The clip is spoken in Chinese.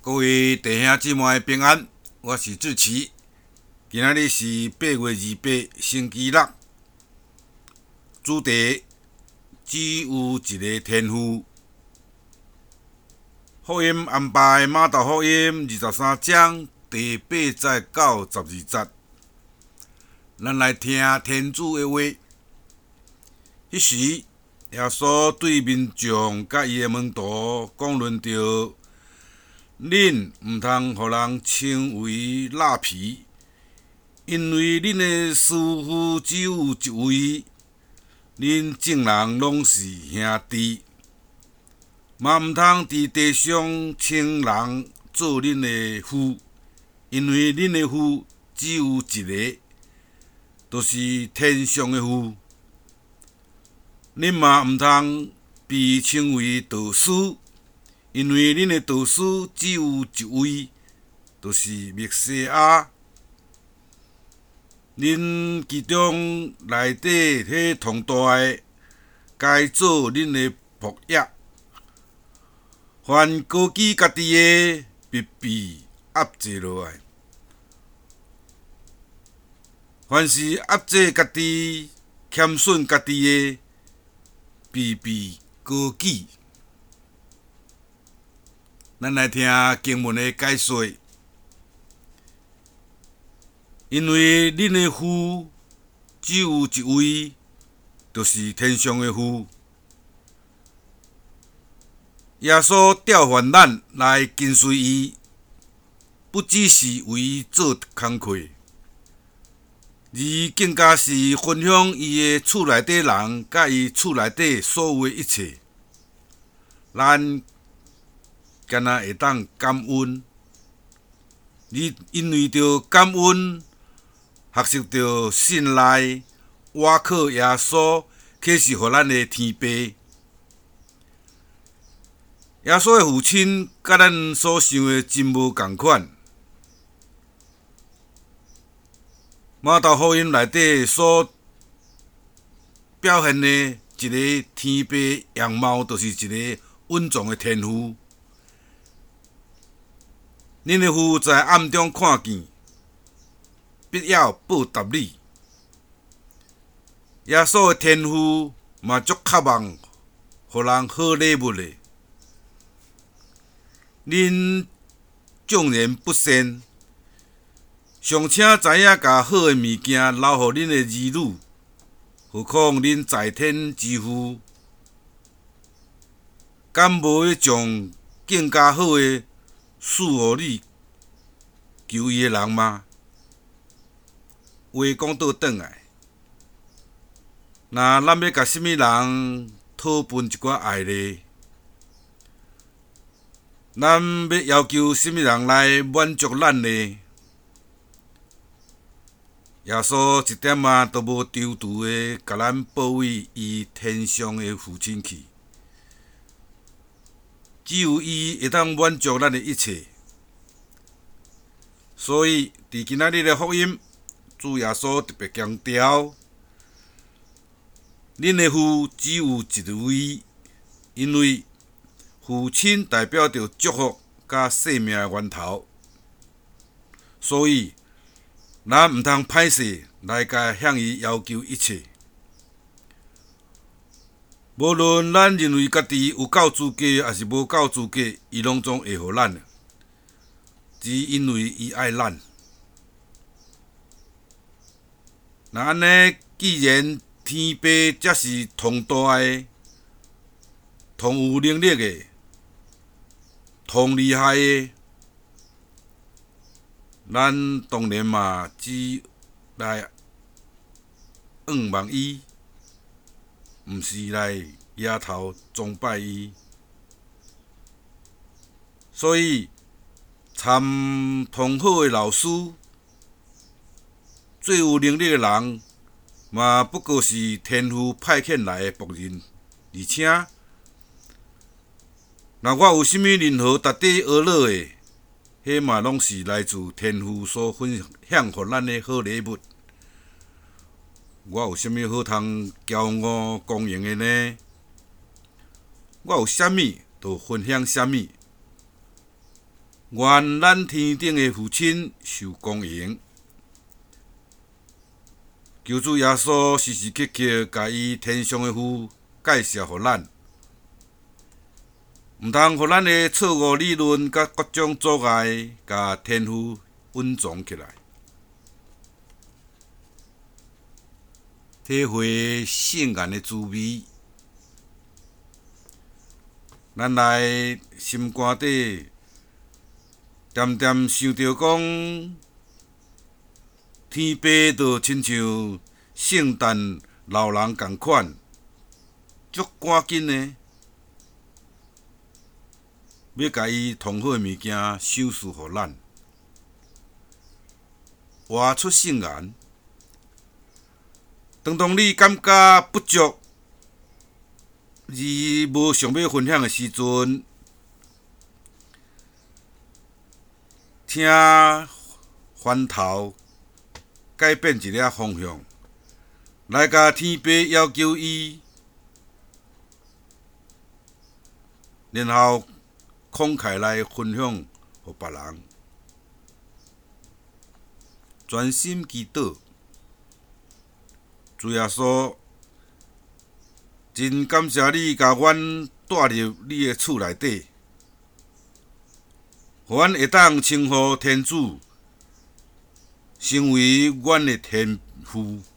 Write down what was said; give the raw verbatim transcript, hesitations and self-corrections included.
各位弟兄姊妹平安，我是志奇。今仔日是八月二八，星期六。主题只有一个天父。福音安排马太福音二十三章第八节到十二节，咱来听天主的话。迄时，耶稣对民众甲伊的门徒讲论着。恁毋通互人称为lap皮，因为恁的师傅只有一位，恁众人拢是兄弟。嘛毋通伫地上称人做恁的父，因为恁的父只有一个，就是天上的父。恁嘛毋通被称为导师。因为恁的导师只有一位，就是默西亚。恁其中内底迄同大的，该做恁的仆役。凡高举家己的，必被压制落来；凡是压制家己、谦逊家己的，必被高举。咱来听经文的解说，因为恁的父只有一位，就是天上的父。耶稣调换咱来跟随伊，不只是为伊做工课，而更加是分享伊的厝内底人，甲伊厝内底所有的一切。咱敢若会当感恩，而因为着感恩，学习着信赖，倚靠耶稣，启示互咱的天父。耶稣的父亲，甲咱所想的真无共款。马太福音内底所表现的一个天父样貌，就是一个稳重的天父。恁的父在暗中看见，必要报答你。耶稣的天父嘛足渴望，互人好礼物的。恁纵然不善，尚且知影甲好的物件留互恁的儿女，何况恁在天之父，敢无会将更加好的赐予你求伊的人吗？话讲倒转来，若咱要甲什么人讨分一寡爱呢？咱要要求什么人来满足咱呢？耶稣一点仔都无丢除的，甲咱报为伊天上的父亲去。只有伊会当满足咱的一切，所以伫今仔日的福音，主耶稣特别强调，恁的父只有一位，因为父亲代表着祝福甲生命的源头，所以咱毋通歹势来甲向伊要求一切。无论咱认为家己有够资格，还是无够资格，伊拢总会互咱，只因为伊爱咱。那安尼，既然天父才是同大的、同有能力的、同厉害的，咱当然嘛只来仰望伊。毋是来仰头崇拜伊，所以参同好的老师，最有能力的人，嘛不过是天父派遣来的仆人，而且，若我有啥物任何值得学乐的，迄嘛拢是来自天父所分享互咱的好礼物。我有啥物好通骄傲光荣的呢？我有啥物就分享啥物。 愿咱天顶的父亲受光荣。求主耶稣时时刻刻甲伊天上的父介绍互咱，毋通互咱的错误理论甲各种阻碍，甲天父稳藏起来。体会圣言的滋味，咱来心肝底点点想着讲，天父就亲像圣诞老人共款，足赶紧的要甲伊同好的物件赏赐互咱，活出圣言。当当你感觉不足，而无想要分享的时阵，请翻头改变一个方向，来甲天父要求伊，然后慷慨来分享互别人，专心祈祷。主耶稣，真感谢你甲阮带入你的厝内底，互阮会当称呼天主，成为阮的天父。